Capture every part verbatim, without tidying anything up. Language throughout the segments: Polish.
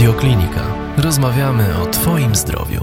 Radioklinika. Rozmawiamy o Twoim zdrowiu.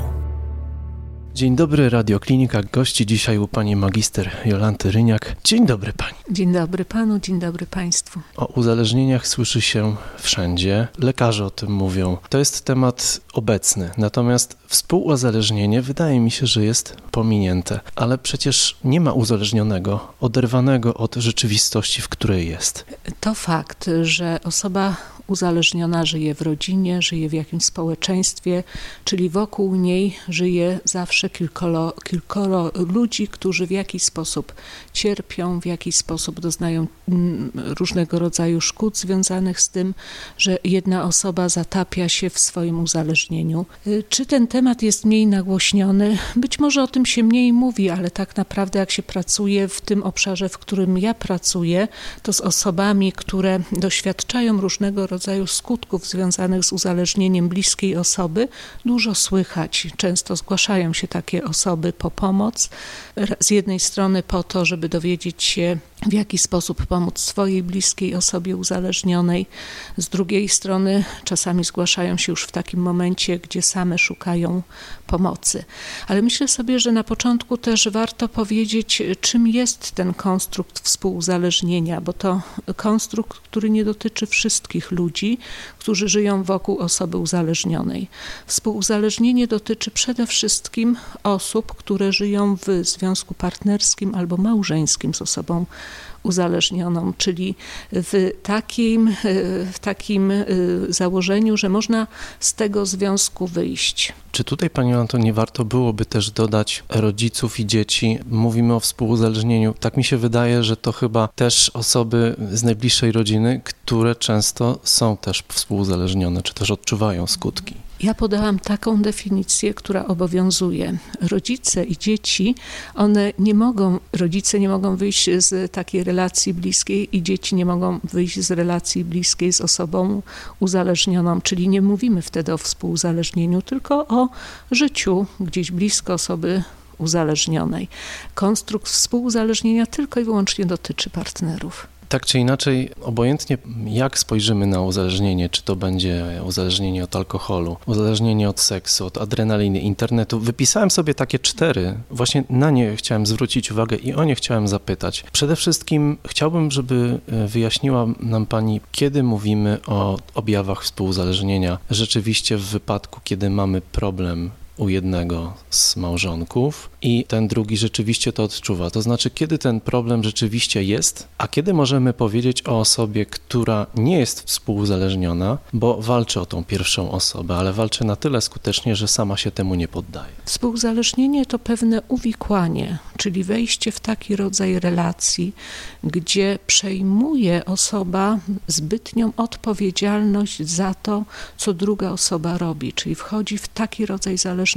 Dzień dobry, Radioklinika. Gości dzisiaj u pani magister Jolanty Ryniak. Dzień dobry pani. Dzień dobry panu, dzień dobry państwu. O uzależnieniach słyszy się wszędzie. Lekarze o tym mówią. To jest temat obecny. Natomiast współuzależnienie wydaje mi się, że jest pominięte. Ale przecież nie ma uzależnionego, oderwanego od rzeczywistości, w której jest. To fakt, że osoba uzależniona żyje w rodzinie, żyje w jakimś społeczeństwie, czyli wokół niej żyje zawsze kilkoro, kilkoro ludzi, którzy w jakiś sposób cierpią, w jakiś sposób doznają różnego rodzaju szkód związanych z tym, że jedna osoba zatapia się w swoim uzależnieniu. Czy ten temat jest mniej nagłośniony? Być może o tym się mniej mówi, ale tak naprawdę jak się pracuje w tym obszarze, w którym ja pracuję, to z osobami, które doświadczają różnego rodzaju rodzaju skutków związanych z uzależnieniem bliskiej osoby, dużo słychać. Często zgłaszają się takie osoby po pomoc. Z jednej strony po to, żeby dowiedzieć się, w jaki sposób pomóc swojej bliskiej osobie uzależnionej. Z drugiej strony czasami zgłaszają się już w takim momencie, gdzie same szukają pomocy. Ale myślę sobie, że na początku też warto powiedzieć, czym jest ten konstrukt współuzależnienia, bo to konstrukt, który nie dotyczy wszystkich ludzi, którzy żyją wokół osoby uzależnionej. Współuzależnienie dotyczy przede wszystkim osób, które żyją w związku partnerskim albo małżeńskim z osobą uzależnioną, czyli w takim, w takim założeniu, że można z tego związku wyjść. Czy tutaj, pani Jolanto, nie warto byłoby też dodać rodziców i dzieci? Mówimy o współuzależnieniu. Tak mi się wydaje, że to chyba też osoby z najbliższej rodziny, które często są też współuzależnione, czy też odczuwają skutki. Ja podałam taką definicję, która obowiązuje. Rodzice i dzieci, one nie mogą, rodzice nie mogą wyjść z takiej relacji bliskiej i dzieci nie mogą wyjść z relacji bliskiej z osobą uzależnioną, czyli nie mówimy wtedy o współuzależnieniu, tylko o życiu gdzieś blisko osoby uzależnionej. Konstrukt współuzależnienia tylko i wyłącznie dotyczy partnerów. Tak czy inaczej, obojętnie jak spojrzymy na uzależnienie, czy to będzie uzależnienie od alkoholu, uzależnienie od seksu, od adrenaliny, internetu, wypisałem sobie takie cztery, właśnie na nie chciałem zwrócić uwagę i o nie chciałem zapytać. Przede wszystkim chciałbym, żeby wyjaśniła nam pani, kiedy mówimy o objawach współuzależnienia, rzeczywiście w wypadku, kiedy mamy problem u jednego z małżonków i ten drugi rzeczywiście to odczuwa. To znaczy, kiedy ten problem rzeczywiście jest, a kiedy możemy powiedzieć o osobie, która nie jest współuzależniona, bo walczy o tą pierwszą osobę, ale walczy na tyle skutecznie, że sama się temu nie poddaje. Współuzależnienie to pewne uwikłanie, czyli wejście w taki rodzaj relacji, gdzie przejmuje osoba zbytnią odpowiedzialność za to, co druga osoba robi, czyli wchodzi w taki rodzaj zależności,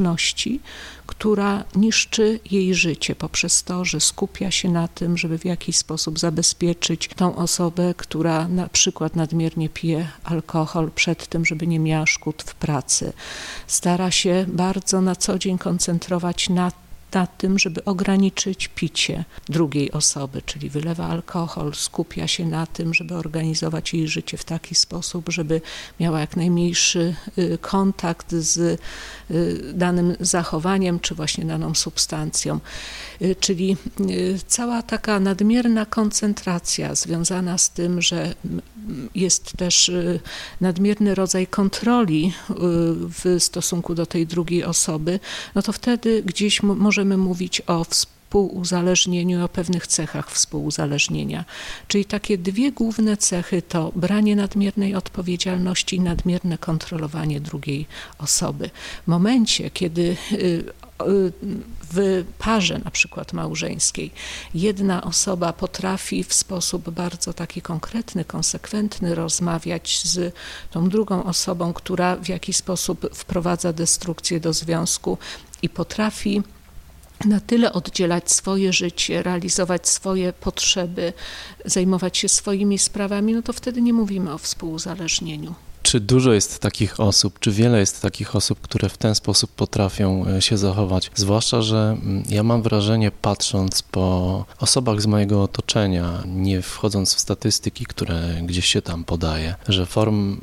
która niszczy jej życie poprzez to, że skupia się na tym, żeby w jakiś sposób zabezpieczyć tą osobę, która na przykład nadmiernie pije alkohol przed tym, żeby nie miała szkód w pracy. Stara się bardzo na co dzień koncentrować na nad tym, żeby ograniczyć picie drugiej osoby, czyli wylewa alkohol, skupia się na tym, żeby organizować jej życie w taki sposób, żeby miała jak najmniejszy kontakt z danym zachowaniem, czy właśnie daną substancją. Czyli cała taka nadmierna koncentracja związana z tym, że jest też nadmierny rodzaj kontroli w stosunku do tej drugiej osoby, no to wtedy gdzieś możemy mówić o współuzależnieniu, o pewnych cechach współuzależnienia. Czyli takie dwie główne cechy to branie nadmiernej odpowiedzialności i nadmierne kontrolowanie drugiej osoby. W momencie, kiedy w parze na przykład małżeńskiej jedna osoba potrafi w sposób bardzo taki konkretny, konsekwentny rozmawiać z tą drugą osobą, która w jakiś sposób wprowadza destrukcję do związku i potrafi na tyle oddzielać swoje życie, realizować swoje potrzeby, zajmować się swoimi sprawami, no to wtedy nie mówimy o współuzależnieniu. Czy dużo jest takich osób, czy wiele jest takich osób, które w ten sposób potrafią się zachować? Zwłaszcza, że ja mam wrażenie, patrząc po osobach z mojego otoczenia, nie wchodząc w statystyki, które gdzieś się tam podaje, że form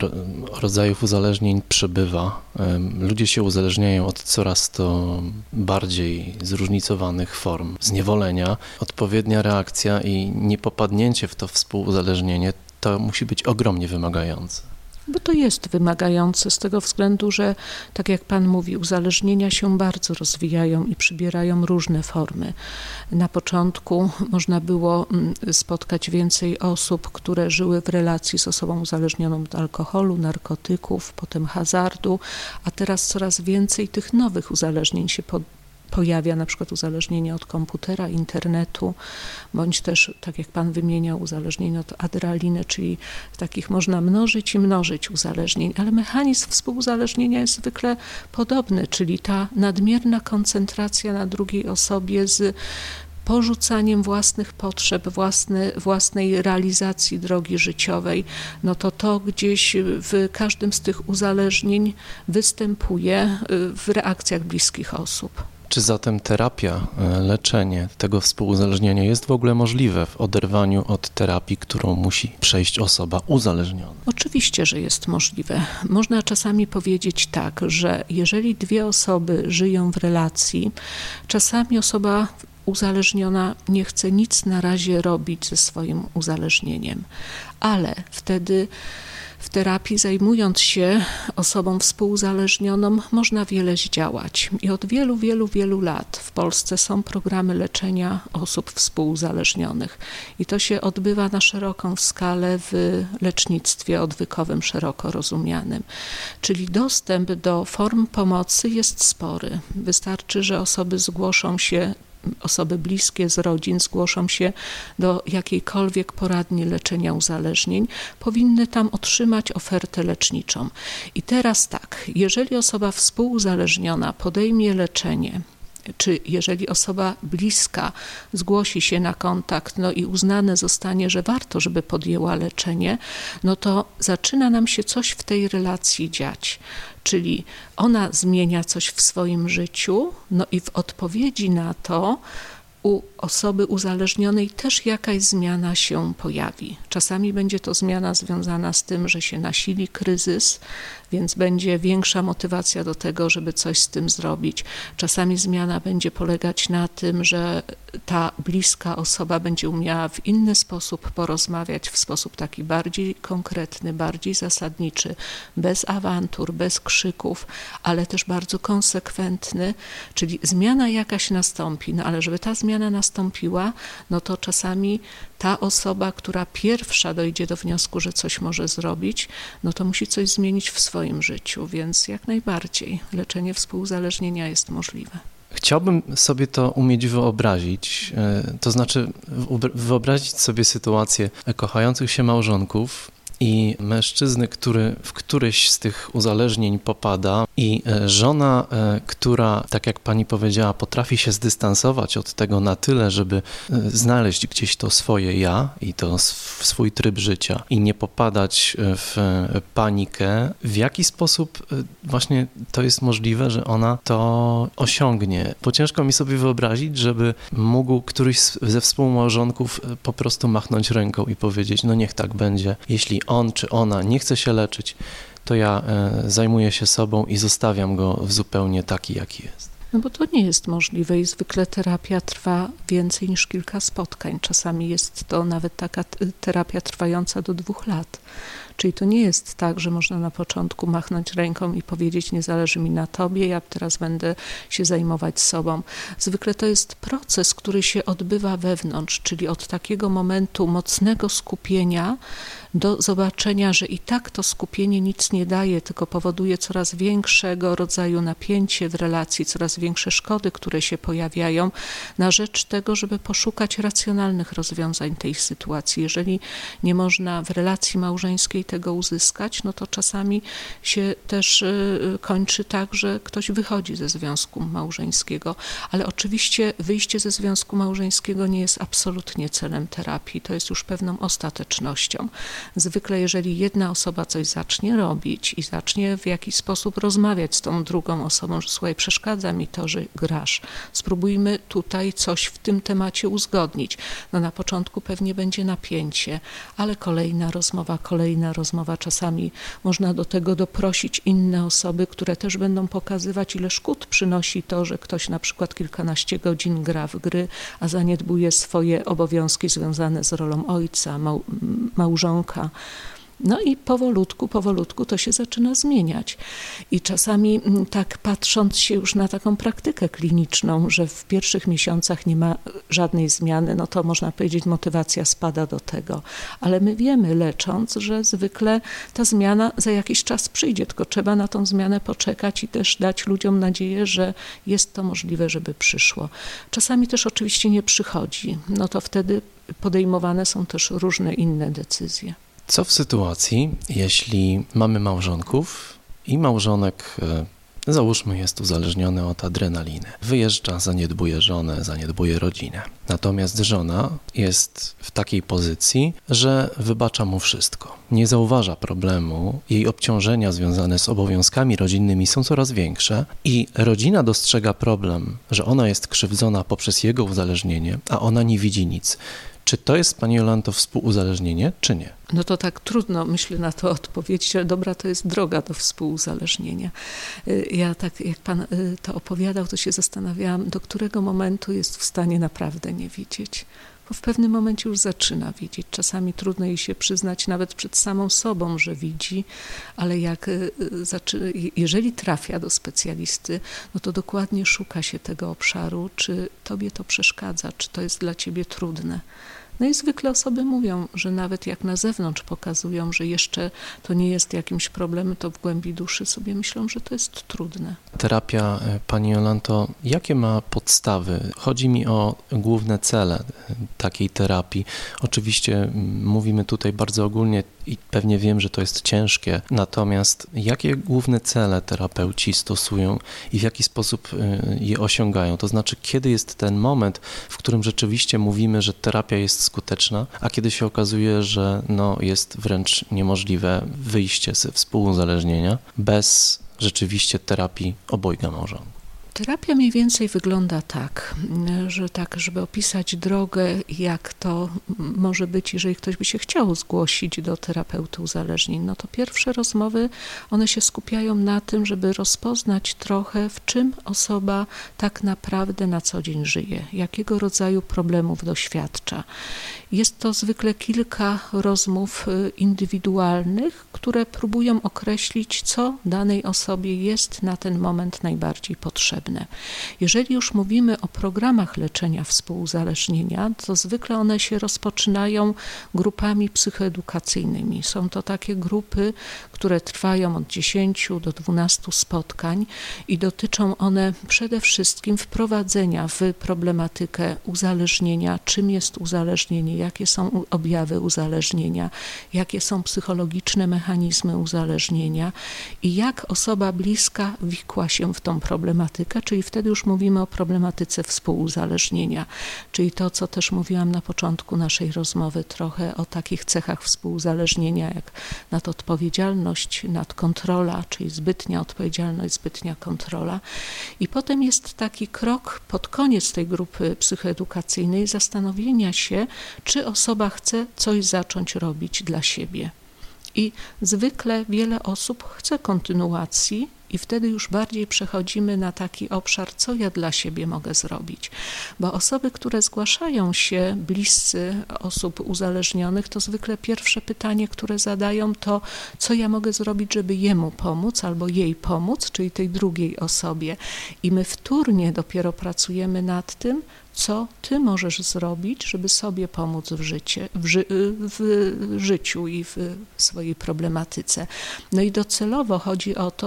rodzajów uzależnień przybywa. Ludzie się uzależniają od coraz to bardziej zróżnicowanych form zniewolenia. Odpowiednia reakcja i niepopadnięcie w to współuzależnienie to musi być ogromnie wymagające. Bo to jest wymagające z tego względu, że tak jak Pan mówi, uzależnienia się bardzo rozwijają i przybierają różne formy. Na początku można było spotkać więcej osób, które żyły w relacji z osobą uzależnioną od alkoholu, narkotyków, potem hazardu, a teraz coraz więcej tych nowych uzależnień się pod pojawia, na przykład uzależnienie od komputera, internetu, bądź też, tak jak Pan wymieniał, uzależnienie od adrenaliny, czyli takich można mnożyć i mnożyć uzależnień, ale mechanizm współuzależnienia jest zwykle podobny, czyli ta nadmierna koncentracja na drugiej osobie z porzucaniem własnych potrzeb, własny, własnej realizacji drogi życiowej, no to to gdzieś w każdym z tych uzależnień występuje w reakcjach bliskich osób. Czy zatem terapia, leczenie tego współuzależnienia jest w ogóle możliwe w oderwaniu od terapii, którą musi przejść osoba uzależniona? Oczywiście, że jest możliwe. Można czasami powiedzieć tak, że jeżeli dwie osoby żyją w relacji, czasami osoba uzależniona nie chce nic na razie robić ze swoim uzależnieniem, ale wtedy w terapii, zajmując się osobą współuzależnioną, można wiele zdziałać. I od wielu, wielu, wielu lat w Polsce są programy leczenia osób współuzależnionych. I to się odbywa na szeroką skalę w lecznictwie odwykowym, szeroko rozumianym. Czyli dostęp do form pomocy jest spory. Wystarczy, że osoby zgłoszą się, osoby bliskie z rodzin zgłoszą się do jakiejkolwiek poradni leczenia uzależnień, powinny tam otrzymać ofertę leczniczą. I teraz tak, jeżeli osoba współuzależniona podejmie leczenie, czy jeżeli osoba bliska zgłosi się na kontakt, no i uznane zostanie, że warto, żeby podjęła leczenie, no to zaczyna nam się coś w tej relacji dziać. Czyli ona zmienia coś w swoim życiu, no i w odpowiedzi na to u osoby uzależnionej też jakaś zmiana się pojawi. Czasami będzie to zmiana związana z tym, że się nasili kryzys, więc będzie większa motywacja do tego, żeby coś z tym zrobić. Czasami zmiana będzie polegać na tym, że ta bliska osoba będzie umiała w inny sposób porozmawiać, w sposób taki bardziej konkretny, bardziej zasadniczy, bez awantur, bez krzyków, ale też bardzo konsekwentny, czyli zmiana jakaś nastąpi, no ale żeby ta zmiana nastąpiła, no to czasami ta osoba, która pierwsza dojdzie do wniosku, że coś może zrobić, no to musi coś zmienić w swoim życiu, więc jak najbardziej leczenie współuzależnienia jest możliwe. Chciałbym sobie to umieć wyobrazić, to znaczy wyobrazić sobie sytuację kochających się małżonków i mężczyzny, który w któryś z tych uzależnień popada i żona, która, tak jak pani powiedziała, potrafi się zdystansować od tego na tyle, żeby znaleźć gdzieś to swoje ja i to swój tryb życia i nie popadać w panikę. W jaki sposób właśnie to jest możliwe, że ona to osiągnie? Bo ciężko mi sobie wyobrazić, żeby mógł któryś ze współmałżonków po prostu machnąć ręką i powiedzieć, no niech tak będzie, jeśli on czy ona nie chce się leczyć, to ja e, zajmuję się sobą i zostawiam go w zupełnie taki, jaki jest. No bo to nie jest możliwe i zwykle terapia trwa więcej niż kilka spotkań. Czasami jest to nawet taka terapia trwająca do dwóch lat. Czyli to nie jest tak, że można na początku machnąć ręką i powiedzieć, nie zależy mi na tobie, ja teraz będę się zajmować sobą. Zwykle to jest proces, który się odbywa wewnątrz, czyli od takiego momentu mocnego skupienia do zobaczenia, że i tak to skupienie nic nie daje, tylko powoduje coraz większego rodzaju napięcie w relacji, coraz coraz większe szkody, które się pojawiają, na rzecz tego, żeby poszukać racjonalnych rozwiązań tej sytuacji. Jeżeli nie można w relacji małżeńskiej tego uzyskać, no to czasami się też kończy tak, że ktoś wychodzi ze związku małżeńskiego, ale oczywiście wyjście ze związku małżeńskiego nie jest absolutnie celem terapii, to jest już pewną ostatecznością. Zwykle jeżeli jedna osoba coś zacznie robić i zacznie w jakiś sposób rozmawiać z tą drugą osobą, że słuchaj, przeszkadza mi to, że grasz, spróbujmy tutaj coś w tym temacie uzgodnić. No na początku pewnie będzie napięcie, ale kolejna rozmowa, kolejna rozmowa, czasami można do tego doprosić inne osoby, które też będą pokazywać, ile szkód przynosi to, że ktoś na przykład kilkanaście godzin gra w gry, a zaniedbuje swoje obowiązki związane z rolą ojca, mał, małżonka. No i powolutku, powolutku to się zaczyna zmieniać. I czasami tak patrząc się już na taką praktykę kliniczną, że w pierwszych miesiącach nie ma żadnej zmiany, no to można powiedzieć, motywacja spada do tego. Ale my wiemy, lecząc, że zwykle ta zmiana za jakiś czas przyjdzie, tylko trzeba na tą zmianę poczekać i też dać ludziom nadzieję, że jest to możliwe, żeby przyszło. Czasami też oczywiście nie przychodzi, no to wtedy podejmowane są też różne inne decyzje. Co w sytuacji, jeśli mamy małżonków i małżonek, załóżmy, jest uzależniony od adrenaliny. Wyjeżdża, zaniedbuje żonę, zaniedbuje rodzinę. Natomiast żona jest w takiej pozycji, że wybacza mu wszystko. Nie zauważa problemu, jej obciążenia związane z obowiązkami rodzinnymi są coraz większe i rodzina dostrzega problem, że ona jest krzywdzona poprzez jego uzależnienie, a ona nie widzi nic. Czy to jest, Pani Jolanto, współuzależnienie, czy nie? No to tak trudno, myślę, na to odpowiedzieć, ale dobra, to jest droga do współuzależnienia. Ja tak, jak Pan to opowiadał, to się zastanawiałam, do którego momentu jest w stanie naprawdę nie widzieć. Bo w pewnym momencie już zaczyna widzieć. Czasami trudno jej się przyznać nawet przed samą sobą, że widzi, ale jak zaczy... jeżeli trafia do specjalisty, no to dokładnie szuka się tego obszaru, czy tobie to przeszkadza, czy to jest dla ciebie trudne. No i zwykle osoby mówią, że nawet jak na zewnątrz pokazują, że jeszcze to nie jest jakimś problemem, to w głębi duszy sobie myślą, że to jest trudne. Terapia, Pani Jolanto, jakie ma podstawy? Chodzi mi o główne cele takiej terapii. Oczywiście mówimy tutaj bardzo ogólnie i pewnie wiem, że to jest ciężkie, natomiast jakie główne cele terapeuci stosują i w jaki sposób je osiągają? To znaczy, kiedy jest ten moment, w którym rzeczywiście mówimy, że terapia jest skuteczna, a kiedy się okazuje, że no, jest wręcz niemożliwe wyjście ze współuzależnienia bez rzeczywiście terapii obojga małżonków. Terapia mniej więcej wygląda tak, że tak, żeby opisać drogę, jak to może być, jeżeli ktoś by się chciał zgłosić do terapeuty uzależnień, no to pierwsze rozmowy, one się skupiają na tym, żeby rozpoznać trochę, w czym osoba tak naprawdę na co dzień żyje, jakiego rodzaju problemów doświadcza. Jest to zwykle kilka rozmów indywidualnych, które próbują określić, co danej osobie jest na ten moment najbardziej potrzebne. Jeżeli już mówimy o programach leczenia współuzależnienia, to zwykle one się rozpoczynają grupami psychoedukacyjnymi. Są to takie grupy, które trwają od dziesięciu do dwunastu spotkań i dotyczą one przede wszystkim wprowadzenia w problematykę uzależnienia, czym jest uzależnienie, jakie są objawy uzależnienia, jakie są psychologiczne mechanizmy uzależnienia i jak osoba bliska wikła się w tą problematykę, czyli wtedy już mówimy o problematyce współuzależnienia, czyli to, co też mówiłam na początku naszej rozmowy, trochę o takich cechach współuzależnienia, jak nadodpowiedzialność, nadkontrola, czyli zbytnia odpowiedzialność, zbytnia kontrola. I potem jest taki krok pod koniec tej grupy psychoedukacyjnej zastanowienia się, czy osoba chce coś zacząć robić dla siebie. I zwykle wiele osób chce kontynuacji i wtedy już bardziej przechodzimy na taki obszar, co ja dla siebie mogę zrobić. Bo osoby, które zgłaszają się, bliscy osób uzależnionych, to zwykle pierwsze pytanie, które zadają, to co ja mogę zrobić, żeby jemu pomóc albo jej pomóc, czyli tej drugiej osobie. I my wtórnie dopiero pracujemy nad tym, co ty możesz zrobić, żeby sobie pomóc w, życie, w, ży, w życiu i w swojej problematyce. No i docelowo chodzi o to, żeby to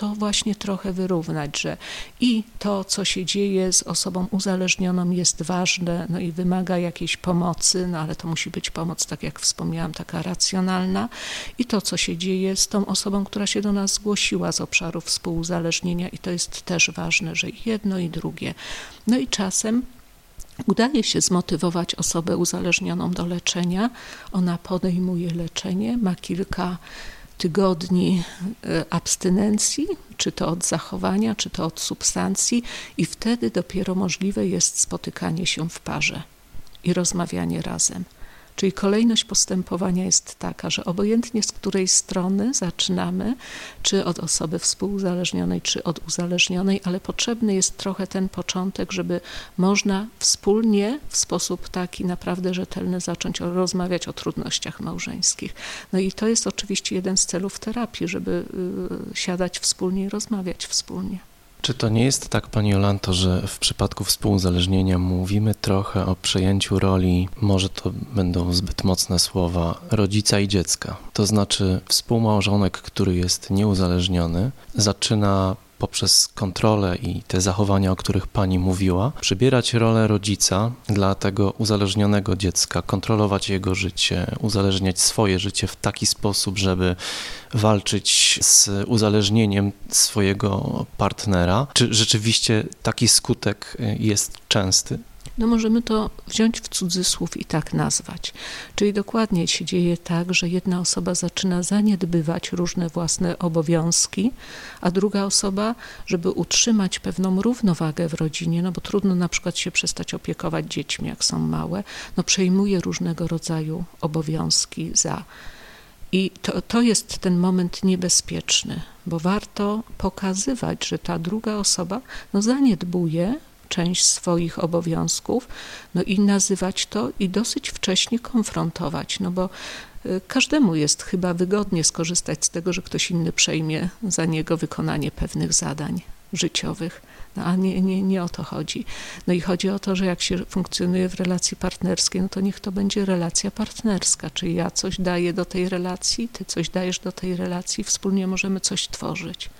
to właśnie trochę wyrównać, że i to, co się dzieje z osobą uzależnioną jest ważne, no i wymaga jakiejś pomocy, no ale to musi być pomoc, tak jak wspomniałam, taka racjonalna, i to, co się dzieje z tą osobą, która się do nas zgłosiła z obszaru współuzależnienia, i to jest też ważne, że jedno i drugie. No i czasem udaje się zmotywować osobę uzależnioną do leczenia, ona podejmuje leczenie, ma kilka tygodni abstynencji, czy to od zachowania, czy to od substancji, i wtedy dopiero możliwe jest spotykanie się w parze i rozmawianie razem. Czyli kolejność postępowania jest taka, że obojętnie z której strony zaczynamy, czy od osoby współuzależnionej, czy od uzależnionej, ale potrzebny jest trochę ten początek, żeby można wspólnie w sposób taki naprawdę rzetelny zacząć rozmawiać o trudnościach małżeńskich. No i to jest oczywiście jeden z celów terapii, żeby siadać wspólnie i rozmawiać wspólnie. Czy to nie jest tak, Pani Jolanto, że w przypadku współuzależnienia mówimy trochę o przejęciu roli, może to będą zbyt mocne słowa, rodzica i dziecka? To znaczy współmałżonek, który jest nieuzależniony, zaczyna poprzez kontrolę i te zachowania, o których Pani mówiła, przybierać rolę rodzica dla tego uzależnionego dziecka, kontrolować jego życie, uzależniać swoje życie w taki sposób, żeby walczyć z uzależnieniem swojego partnera. Czy rzeczywiście taki skutek jest częsty? No możemy to wziąć w cudzysłów i tak nazwać. Czyli dokładnie się dzieje tak, że jedna osoba zaczyna zaniedbywać różne własne obowiązki, a druga osoba, żeby utrzymać pewną równowagę w rodzinie, no bo trudno na przykład się przestać opiekować dziećmi, jak są małe, no przejmuje różnego rodzaju obowiązki za. I to, to jest ten moment niebezpieczny, bo warto pokazywać, że ta druga osoba no zaniedbuje część swoich obowiązków, no i nazywać to i dosyć wcześnie konfrontować, no bo każdemu jest chyba wygodnie skorzystać z tego, że ktoś inny przejmie za niego wykonanie pewnych zadań życiowych, no a nie, nie, nie o to chodzi. No i chodzi o to, że jak się funkcjonuje w relacji partnerskiej, no to niech to będzie relacja partnerska, czyli ja coś daję do tej relacji, ty coś dajesz do tej relacji, wspólnie możemy coś tworzyć.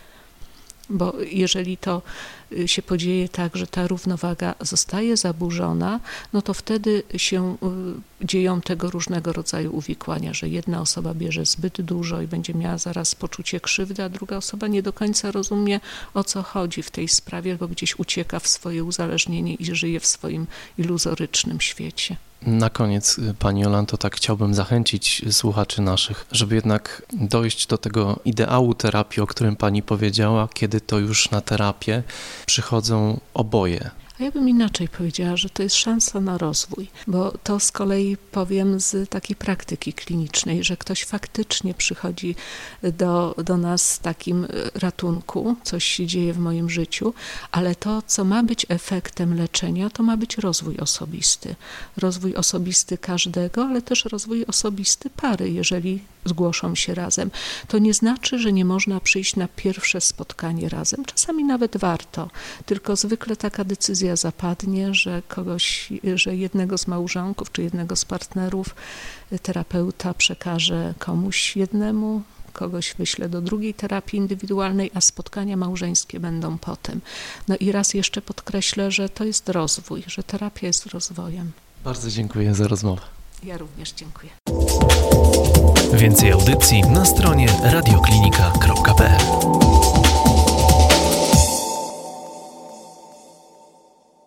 Bo jeżeli to się podzieje tak, że ta równowaga zostaje zaburzona, no to wtedy się dzieją tego różnego rodzaju uwikłania, że jedna osoba bierze zbyt dużo i będzie miała zaraz poczucie krzywdy, a druga osoba nie do końca rozumie, o co chodzi w tej sprawie, bo gdzieś ucieka w swoje uzależnienie i żyje w swoim iluzorycznym świecie. Na koniec, Pani Jolanto, tak chciałbym zachęcić słuchaczy naszych, żeby jednak dojść do tego ideału terapii, o którym Pani powiedziała, kiedy to już na terapię przychodzą oboje. A ja bym inaczej powiedziała, że to jest szansa na rozwój, bo to z kolei powiem z takiej praktyki klinicznej, że ktoś faktycznie przychodzi do, do nas z takim ratunku, coś się dzieje w moim życiu, ale to, co ma być efektem leczenia, to ma być rozwój osobisty. Rozwój osobisty każdego, ale też rozwój osobisty pary, jeżeli zgłoszą się razem. To nie znaczy, że nie można przyjść na pierwsze spotkanie razem. Czasami nawet warto, tylko zwykle taka decyzja zapadnie, że kogoś, że jednego z małżonków czy jednego z partnerów terapeuta przekaże komuś jednemu, kogoś wyśle do drugiej terapii indywidualnej, a spotkania małżeńskie będą potem. No i raz jeszcze podkreślę, że to jest rozwój, że terapia jest rozwojem. Bardzo dziękuję za rozmowę. Ja również dziękuję. Więcej audycji na stronie radioklinika kropka p l.